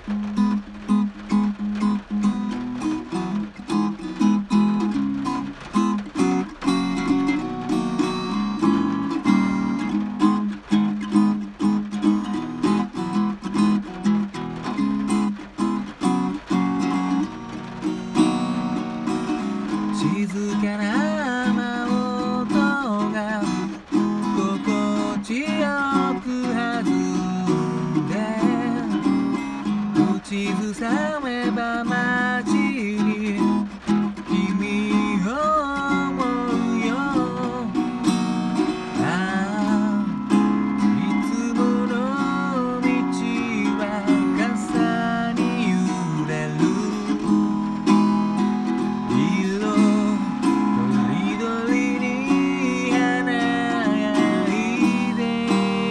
静かな雨音が心地よく弾んで口ずさめば街に君を思うよ。ああいつもの道は傘に揺れる。色とりどりに華やいで、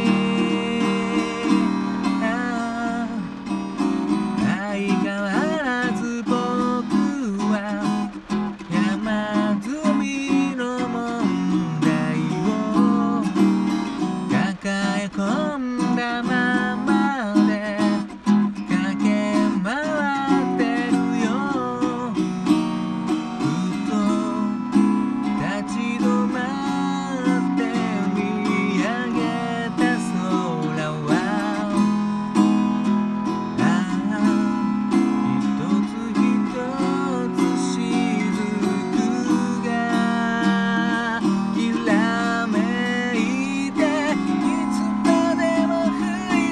相変わらず僕は山積みの問題を抱え込んだままで駆け回ってるよ。ふと立ち止まって見上げた空は、一つ一つ雫がきらめいて、いつまでも降り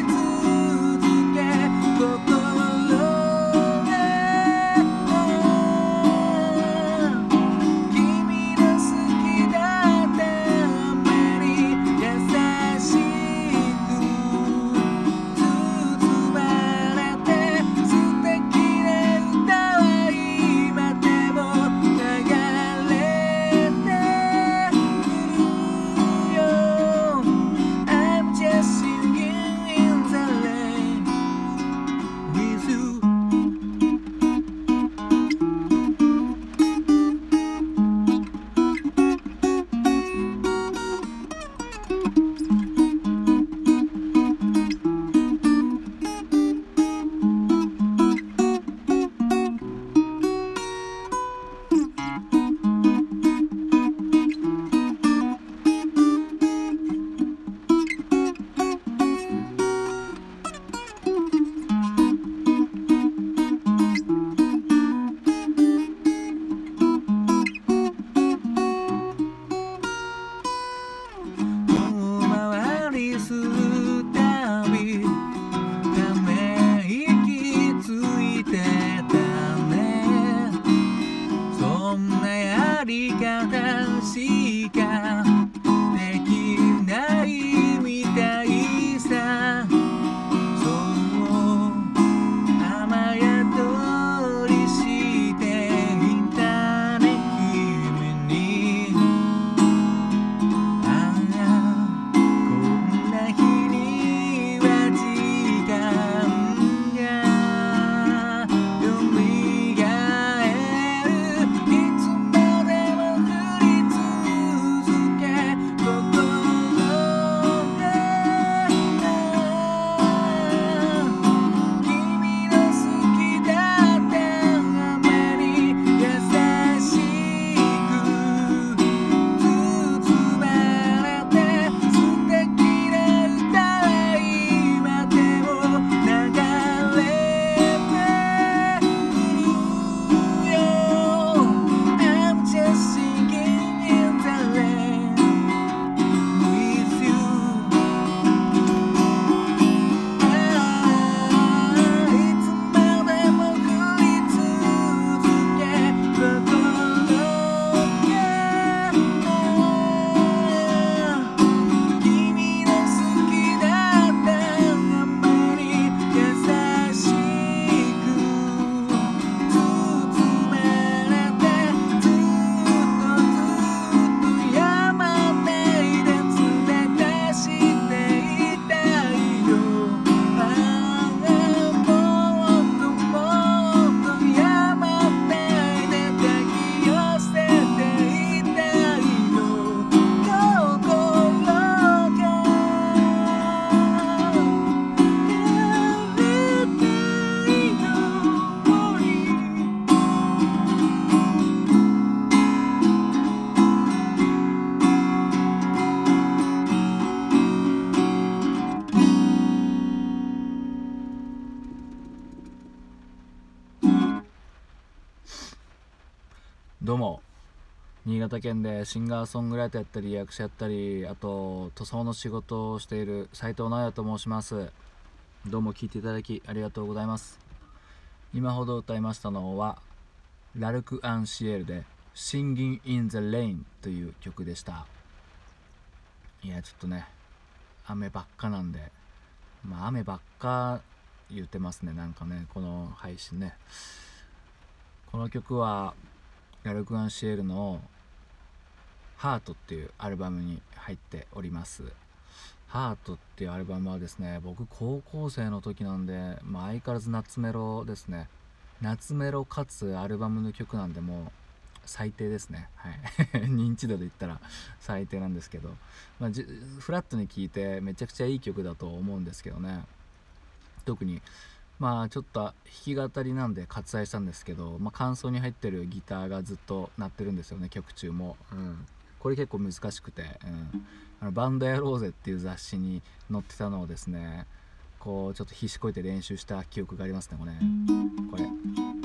どうも、新潟県でシンガーソングライターやったり役者やったり、あと塗装の仕事をしている斉藤直也と申します。どうも聴いていただきありがとうございます。今ほど歌いましたのはラルク・アンシエルで Singing in the Rain という曲でした。いやちょっとね、雨ばっかなんで、雨ばっか言ってますね。なんかね、この配信ね。この曲はラルク・アンシエルのハートっていうアルバムに入っております。ハートっていうアルバムはですね、僕高校生の時なんで、相変わらず夏メロですね。夏メロかつアルバムの曲なんで、もう最低ですね。はい。認知度で言ったら最低なんですけど、フラットに聴いてめちゃくちゃいい曲だと思うんですけどね。特にちょっと弾き語りなんで割愛したんですけど、間奏に入ってるギターがずっと鳴ってるんですよね、曲中も。これ結構難しくて、バンドやろうぜっていう雑誌に載ってたのをですね、こうちょっと必死こいて練習した記憶がありますね。これ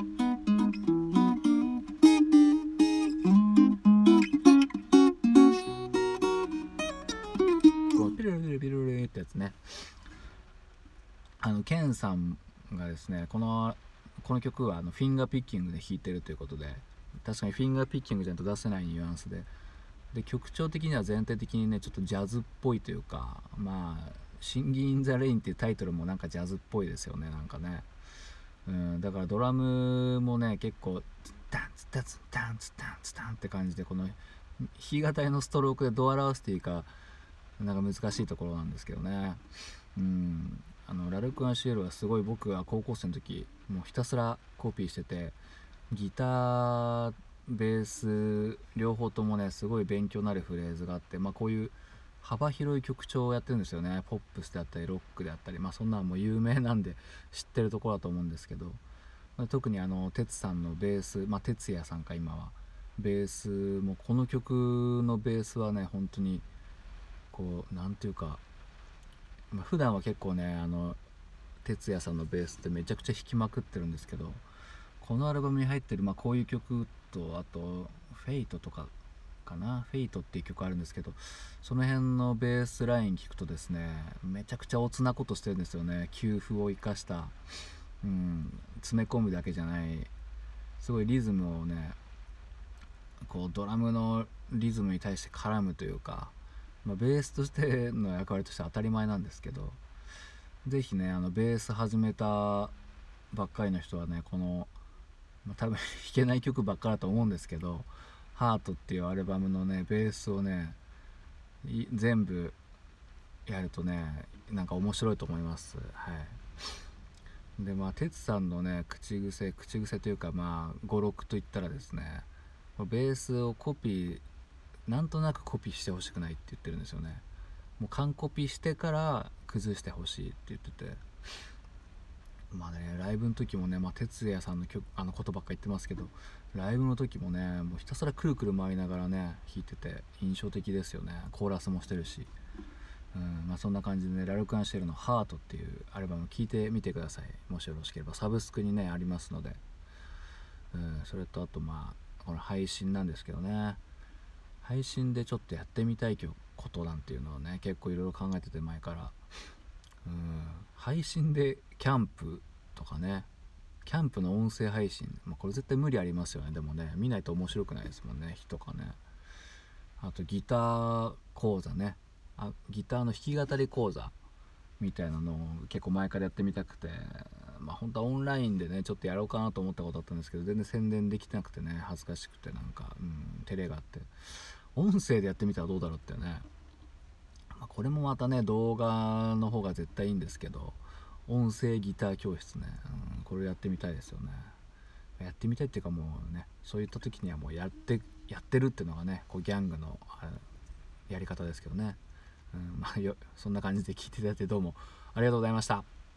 こうピルルルピルルルってやつね。ケンさんがですね、この曲はフィンガーピッキングで弾いてるということで、確かにフィンガーピッキングじゃないと出せないニュアンスで、曲調的には全体的にねちょっとジャズっぽいというか、シンギン・イン・ザ・レインっていうタイトルもなんかジャズっぽいですよね。なんかね、だからドラムもね結構ツッタンツッタンツッタンツッタンツッタンって感じで、この弾き語りのストロークでどう表していいかなんか難しいところなんですけどね。ラルク・アンシエルはすごい、僕は高校生の時もうひたすらコピーしてて、ギターベース両方ともねすごい勉強になるフレーズがあって、こういう幅広い曲調をやってるんですよね。ポップスであったりロックであったり、そんなんもう有名なんで知ってるところだと思うんですけど、特に哲さんのベース、哲也さんか今は、ベースもこの曲のベースはね本当にこうなんていうか、普段は結構ね哲也さんのベースってめちゃくちゃ弾きまくってるんですけど、このアルバムに入ってるこういう曲と、あとフェイトとかかな、フェイトっていう曲あるんですけど、その辺のベースライン聞くとですね、めちゃくちゃおつなことしてるんですよね。給付を生かした、詰め込むだけじゃない、すごいリズムをねこうドラムのリズムに対して絡むというか、ベースとしての役割としては当たり前なんですけど、ぜひねベース始めたばっかりの人はね、この多分弾けない曲ばっかだと思うんですけど、ハートっていうアルバムのねベースをね全部やるとねなんか面白いと思います。はい。で哲さんのね口癖というか語録といったらですね、ベースをコピー、なんとなくコピーしてほしくないって言ってるんですよね。もう完コピーしてから崩してほしいって言ってて、ライブの時もね、哲也さんのことばっか言ってますけど、ライブの時もねもうひたすらくるくる回りながらね弾いてて印象的ですよね。コーラスもしてるし、そんな感じでね、ラルク・アンシェルのハートっていうアルバム聴いてみてください。もしよろしければサブスクにねありますので、それとあとこの配信なんですけどね、配信でちょっとやってみたいことなんていうのをね結構いろいろ考えてて前から、配信でキャンプとかね、キャンプの音声配信、これ絶対無理ありますよね。でもね見ないと面白くないですもんね、火とかね。あとギター講座ね、ギターの弾き語り講座みたいなのを結構前からやってみたくて、本当はオンラインでねちょっとやろうかなと思ったことあったんですけど、全然宣伝できてなくてね恥ずかしくて、なんか照れがあって、音声でやってみたらどうだろうってね、これもまたね動画の方が絶対いいんですけど、音声ギター教室ね、これやってみたいですよね。やってみたいっていうか、もうねそういった時にはもうやってるっていうのがねこうギャングのやり方ですけどね、そんな感じで聞いていただいてどうもありがとうございました。